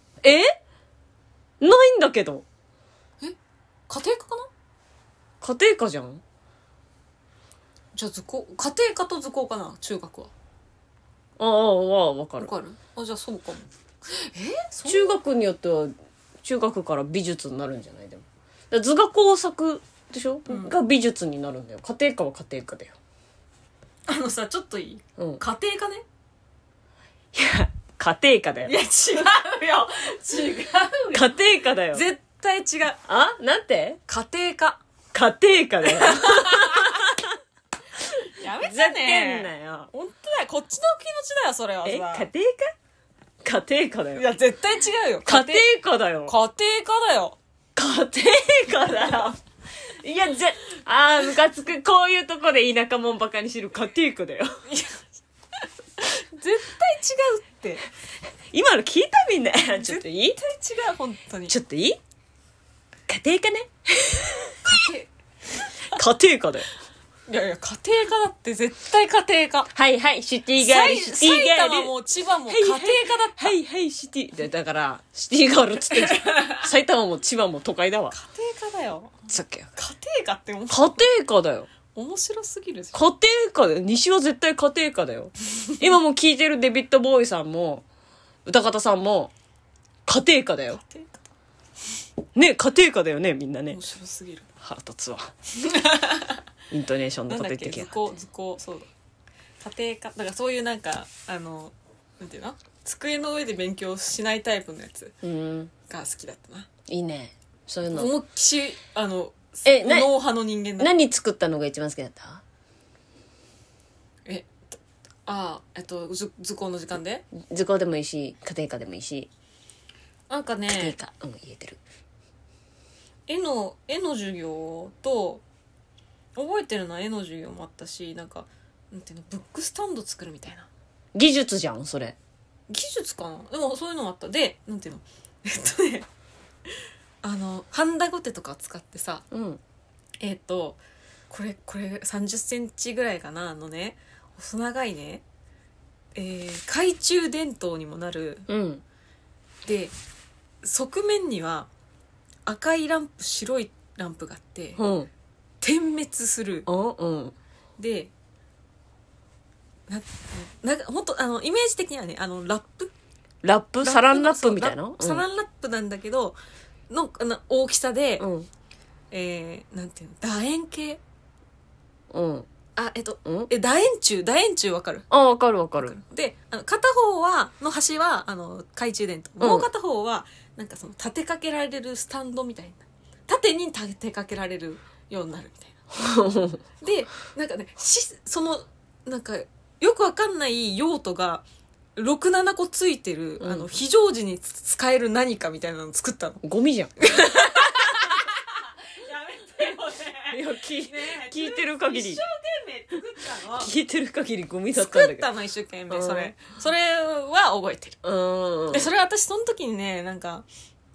ないんだけど。 家庭科かな？ 家庭科じゃん。 じゃあ家庭科と図工かな、中学は。 わかる。 じゃあそうかも。 中学によっては中学から美術になるんじゃない？でもだ図画工作でしょ、が美術になるんだよ。家庭科は家庭科だよ。 さ、ちょっといい？家庭科ね。 いや家庭科だよ。 いや違うよ家庭科だよ。 絶対違う。 なんて？ 家庭科だよ。 やめてね。 ふざけんなよ。 本当だよ、こっちの気持ちだよ、それはさ。 家庭科だよ。 いや絶対違うよ。 家庭科だよ。 家庭科だよ。 家庭科だよ。いやムカつく。こういうとこで田舎もんバカにしてる家庭科だよ。 いや絶対違うって。 今の聞いた？みんなちょっといい？ 絶対違う、本当に。 ちょっといい？家庭科ね。 家庭科だよ。 いや家庭科だって、絶対家庭科。 はいシティガール。 埼玉も千葉も家庭科だった。 はいシティだから、シティガールっつってんじゃん。埼玉も千葉も都会だわ。 家庭科だよ。 さっき家家庭科って庭科だよ。 面白すぎるじゃん。 家庭科だよ。西は絶対家庭科だよ。今も聞いてるデビッドボーイさんも歌方さんも家庭科だよ。 家庭科ね、家庭科だよね、みんなね。 面白すぎる。 腹立つわ。イントネーションのこと言ってきや。 図工、そうだ。家庭科、だからそういうなんか、なんていうの？机の上で勉強しないタイプのやつが好きだったな。 いいね。そういうの。 思いっきし、脳派の人間だ。 何作ったのが一番好きだった？ 図工の時間で？ 図工でもいいし、家庭科でもいいし。 なんかね、 家庭科、言えてる。 絵の授業と、覚えてるのは絵の授業もあったし、なんていうの、ブックスタンド作るみたいな。 技術じゃん、それ。 技術かな？でもそういうのもあった。で、なんていうの、ハンダゴテとか使ってさ、これ30センチぐらいかな、細長いね、懐中電灯にもなる。で、側面には赤いランプ、白いランプがあって、点滅する。で、なんか本当イメージ的にはね、ラップサランラップみたいな、 サランラップなんだけどの大きさで、なんていうの、楕円形。楕円柱わかる？ わかる。 で、片方の端は懐中電灯、もう片方はなんかその立てかけられるスタンドみたいな、縦に立てかけられるようになるみたいな。で、なんかね、そのなんかよくわかんない用途が6、7個ついてる、非常時に使える何かみたいなの作ったの。 ゴミじゃん。 いや聞いてる限り一生懸命作ったの。 聞いてる限りゴミだったんだけど。 作ったの一生懸命。それは覚えてる。でそれ私その時にね、なんか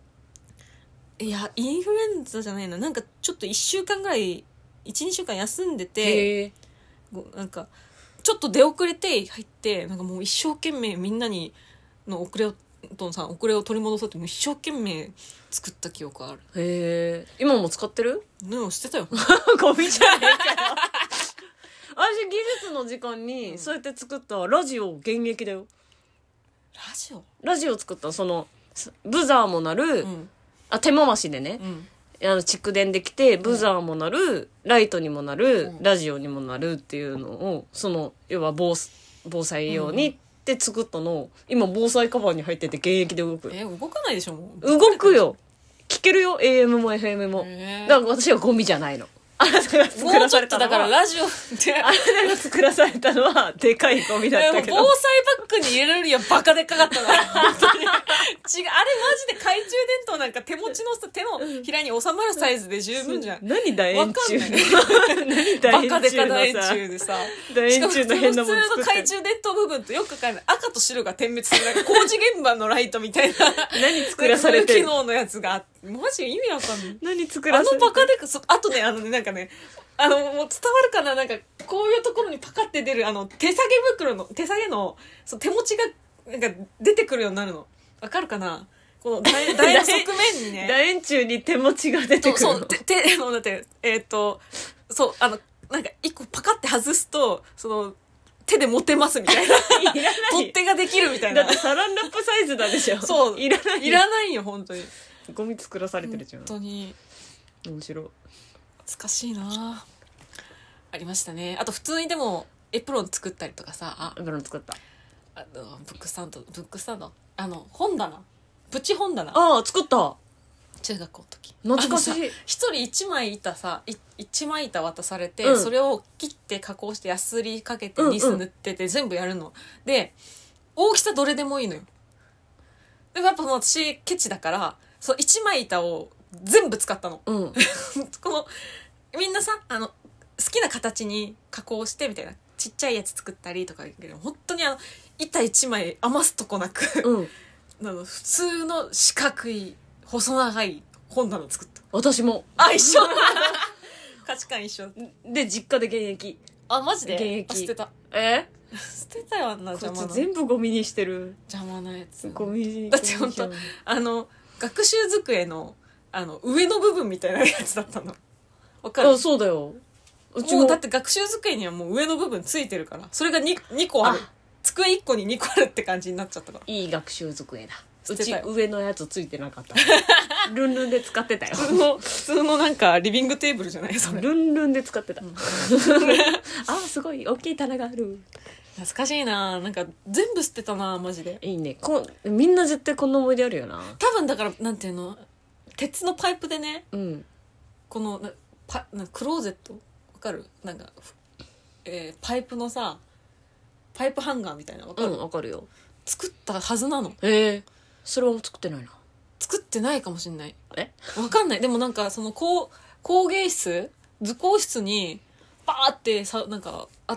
いやインフルエンザじゃないな、なんかちょっと1週間ぐらい12週間休んでて、なんかちょっと出遅れて入って、なんかもう一生懸命みんなにの遅れを取り戻そうってもう一生懸命作った記憶ある。 へえ。今も使ってる？ でも捨てたよゴミじゃねえかよ。私技術の時間にそうやって作ったラジオ現役だよ。ラジオ作った。そのブザーも鳴る、手回しでね、蓄電できてブザーも鳴る、ライトにもなる、ラジオにもなるっていうのを、その要は防災用にって作ったのを今防災カバンに入ってて現役で動く。 動かないでしょもう。 動くよ。聞けるよ AM も FM も。だから私はゴミじゃないの。あなたが作らされたのは、 もうちょっとだからラジオってあなたが作らされたのはでかいゴミだったけど、 防災バッグに入れられるにはバカでかかったな本当に違う、あれマジで懐中電灯なんか手持ちの手のひらに収まるサイズで十分じゃん。 何だ円柱何バカでかな円柱でさ、 円柱の変なもの普通の懐中電灯部分とよくわかんない赤と白が点滅するなんか工事現場のライトみたいな何作らされてる機能のやつがあって、マジ意味わかんない。 何作らされてるバカでかあとねなんかねもう伝わるかな、なんかこういうところにパカって出る手提げの手持ちがなんか出てくるようになるのわかるかな。この台の側面にね楕円柱に手持ちが出てくるの。 そうだってそうなんか一個パカって外すとその手で持てますみたいな取っ手ができるみたいな。 だってサランラップサイズなんでしょ。 そういらないよ本当に。 ゴミ作らされてるじゃん。 本当に面白い。 懐かしいなありましたね。あと普通にでもエプロン作ったりとかさ、 エプロン作った。 ブックスタンド本棚、プチ本棚。 ああ作った。 中学校の時懐かしい。 一人一枚板渡されて、それを切って加工してヤスリかけてニス塗ってて全部やるので、大きさどれでもいいのよ。でもやっぱ私ケチだからそう一枚板を全部使ったの、このみんなさ好きな形に加工してみたいなちっちゃいやつ作ったりとか言うけど、本当に板一枚余すとこなく、普通の四角い細長い本棚作った。 私も一緒価値観一緒で実家で現役。 マジで現役捨てた。捨てたよあんな邪魔な。 全部ゴミにしてる。 邪魔なやつ。 ゴミ。 だって本当学習机の上の部分みたいなやつだったの。わかる？ そうだよ。 うちもだって学習机にはもう上の部分ついてるから、それが 2個ある。机1個に2個あるって感じになっちゃったから。 いい学習机だ。うち上のやつついてなかった。ルンルンで使ってたよ。 普通のなんかリビングテーブルじゃないそれ。 ルンルンで使ってた。すごい大きい棚がある。 懐かしいな。なんか全部捨てたなマジで。 いいね。みんな絶対こんな思い出あるよな。 多分だからなんていうの、鉄のパイプでね、このクローゼットわかる？なんかパイプのさパイプハンガーみたいなわかる？ わかるよ。 作ったはずなの。 それは作ってないな。 作ってないかもしんない。わかんない。でもなんかその工芸室図工室にバーってなんかあって、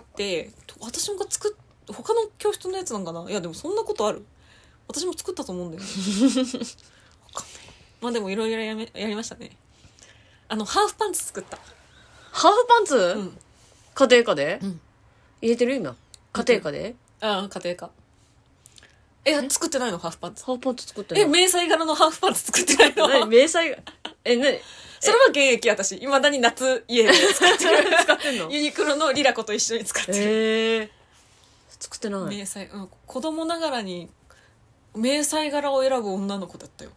私も他の教室のやつなんかな。いやでもそんなことある？私も作ったと思うんだよね。わかんない。まあでもいろいろやりましたね。ハーフパンツ作った。 ハーフパンツ？家庭科で？入れてる今。家庭科で？ 家庭科。作ってないのハーフパンツ。 ハーフパンツ作ってない。 迷彩柄のハーフパンツ作ってないの？ 何迷彩柄？何？ それは現役私。未だに夏家で使ってる。 使ってんの？ ユニクロのリラコと一緒に使ってる。 作ってない。 迷彩、子供ながらに迷彩柄を選ぶ女の子だったよ。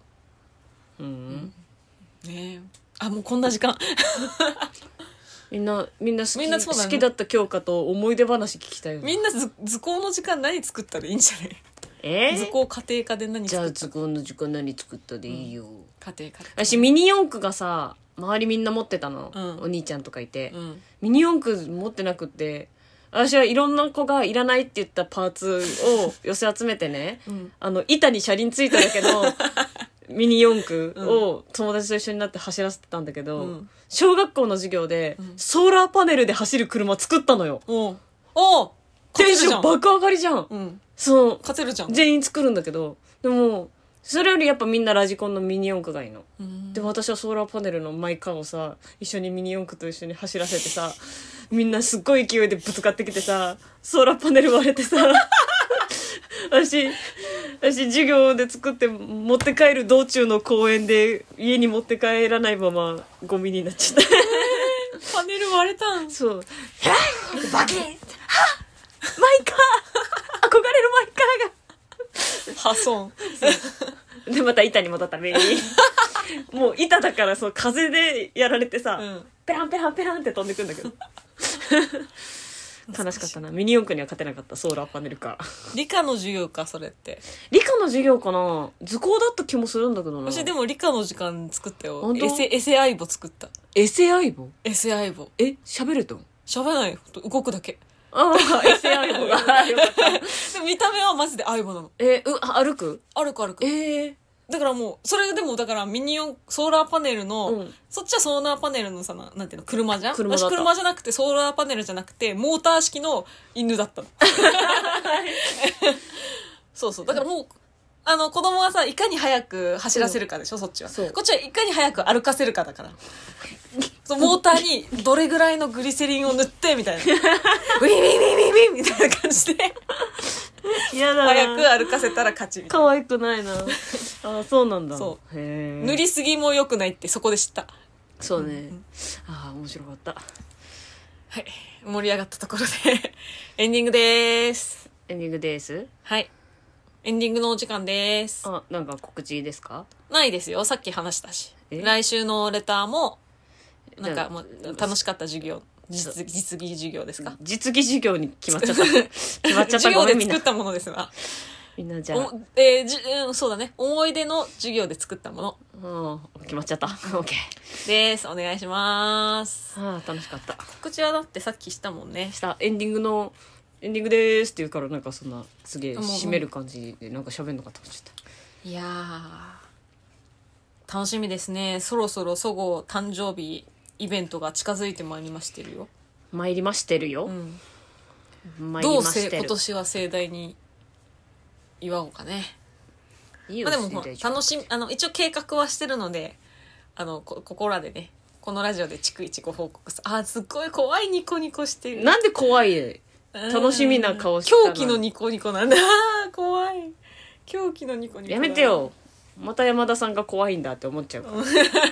ねえ。もうこんな時間。 みんな好きだった教科と思い出話聞きたいよ。 みんな図工の時間何作ったらいいんじゃない？図工家庭科で何作った？ じゃあ図工の時間何作ったでいいよ。 家庭科で。 私ミニ四駆がさ周りみんな持ってたの、お兄ちゃんとかいて、ミニ四駆持ってなくって、私はいろんな子がいらないって言ったパーツを寄せ集めてね、板に車輪ついただけのミニ四駆を友達と一緒になって走らせてたんだけど、小学校の授業でソーラーパネルで走る車作ったのよ。テンション爆上がりじゃん。 勝てるじゃん。 全員作るんだけど、でもそれよりやっぱみんなラジコンのミニ四駆がいいの。 うんで、私はソーラーパネルのマイカーをさ、一緒にミニ四駆と一緒に走らせてさ、みんなすっごい勢いでぶつかってきてさ、ソーラーパネル割れてさ、私授業で作って持って帰る道中の公園で家に持って帰らないままゴミになっちゃった。 パネル割れたん。 そう。バキッはっマイカー憧れるマイカーが破損。 で、また板に戻った目に。もう板だからそう、風でやられてさ、 うん。 ペランペランペランって飛んでくんだけど。悲しかったな。ミニ四駆には勝てなかった、ソーラーパネルか。 理科の授業か、それって。 理科の授業かな、図工だった気もするんだけどな。 私でも理科の時間作ったよ。 本当エセ相棒作った。 エセ相棒エセ相棒。 喋れたん喋らない。動くだけ。 ああ、エセ相棒が。よかった。 でも見た目はマジで相棒なの。 歩く歩く歩く。 えだからもう、それでも、だからソーラーパネルの、 うんそっちはソーラーパネルのさ、なんていうの、車じゃん車だった私車じゃなくて、ソーラーパネルじゃなくて、モーター式の犬だったの。そうそう。だからもう、子供はさ、いかに早く走らせるかでしょ、そっちは。 そうこっちはいかに早く歩かせるかだから。そうモーターにどれぐらいのグリセリンを塗って、みたいな。ウィンウィンウィンウィンみたいな感じで、 嫌だな。 早く歩かせたら勝ちみたいな。 可愛くないな。あ、そうなんだ。 そへえ。 塗りすぎも良くないってそこで知った。 そうね。ああ、面白かった。 はい。盛り上がったところで、エンディングでーす。 エンディングです。 はい。エンディングのお時間です。 あ、なんか告知ですか？ ないですよ。さっき話したし。 え来週のレターも、なんかもうじゃあ楽しかった授業、実技授業ですか？ 実技授業に決まっちゃった。決まっちゃった。 授業ごめんみんなで作っ。たものですが。 みんなじゃあ。 そうだね。思い出の授業で作ったもの決まっちゃった。オッケです。お願いします。 ー。ああ、楽しかった。 告知はだってさっきしたもんね。 エンディングでーすって言うからなんかそんなすげえ締める感じでなんか喋んのかと思っちゃった。 いやー、楽しみですね。そろそろそご誕生日イベントが近づいてまいりましてるよ。 参りましてるよ。 うん。 参りどうましてる。 今年は盛大に祝おうかね。 いいよ、 まあでもほら盛大じゃん楽しみ、一応計画はしてるので、ここらでね、このラジオで逐一ご報告する。あ、すっごい怖いニコニコしてる。 なんで怖い楽しみな顔してた狂気のニコニコなんだ。あー怖い。狂気のニコニコだ。 やめてよ。また山田さんが怖いんだって思っちゃうから。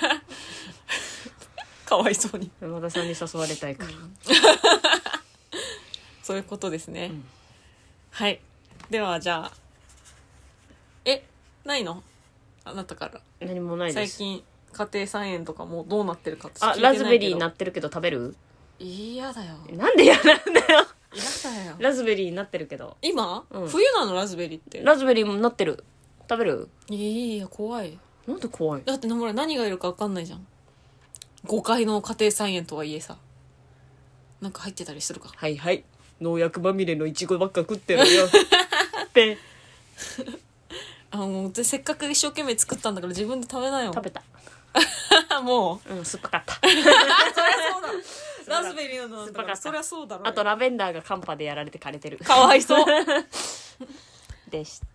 かわいそうに。 山田さんに誘われたいから。 そういうことですね。 んはい。ではじゃあ、ないの？あなたから。 何もないです。 最近家庭菜園とかもうどうなってるかって聞いてないけど。 ラズベリーなってるけど食べる？ 嫌だよ。 なんで嫌なんだよ。 嫌だよ。 ラズベリーになってるけど。 今、 うん冬なのラズベリーって。 ラズベリーもなってる。食べる？ いや怖い。 なんで怖い？ だってほら何がいるか分かんないじゃん。5階の家庭菜園とはいえさ、なんか入ってたりするか。 はいはい。農薬まみれのイチゴばっか食ってるよ。ペもうせっかく一生懸命作ったんだから自分で食べなよ。 食べた。 もう。 酸っぱかった。 そりゃそうだ。ラズベリーなんだからそりゃそうだろうよ。 あとラベンダーが寒波でやられて枯れてる。 かわいそう。 でした。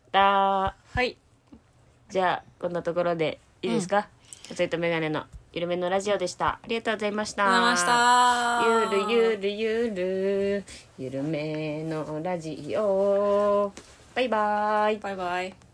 はい。 じゃあこんなところでいいですか？それとメガネのゆるめのラジオでした。ありがとうございました。 ありがとうございました。 ゆるゆるゆるゆるめのラジオ。バイバイ。 バイバイ。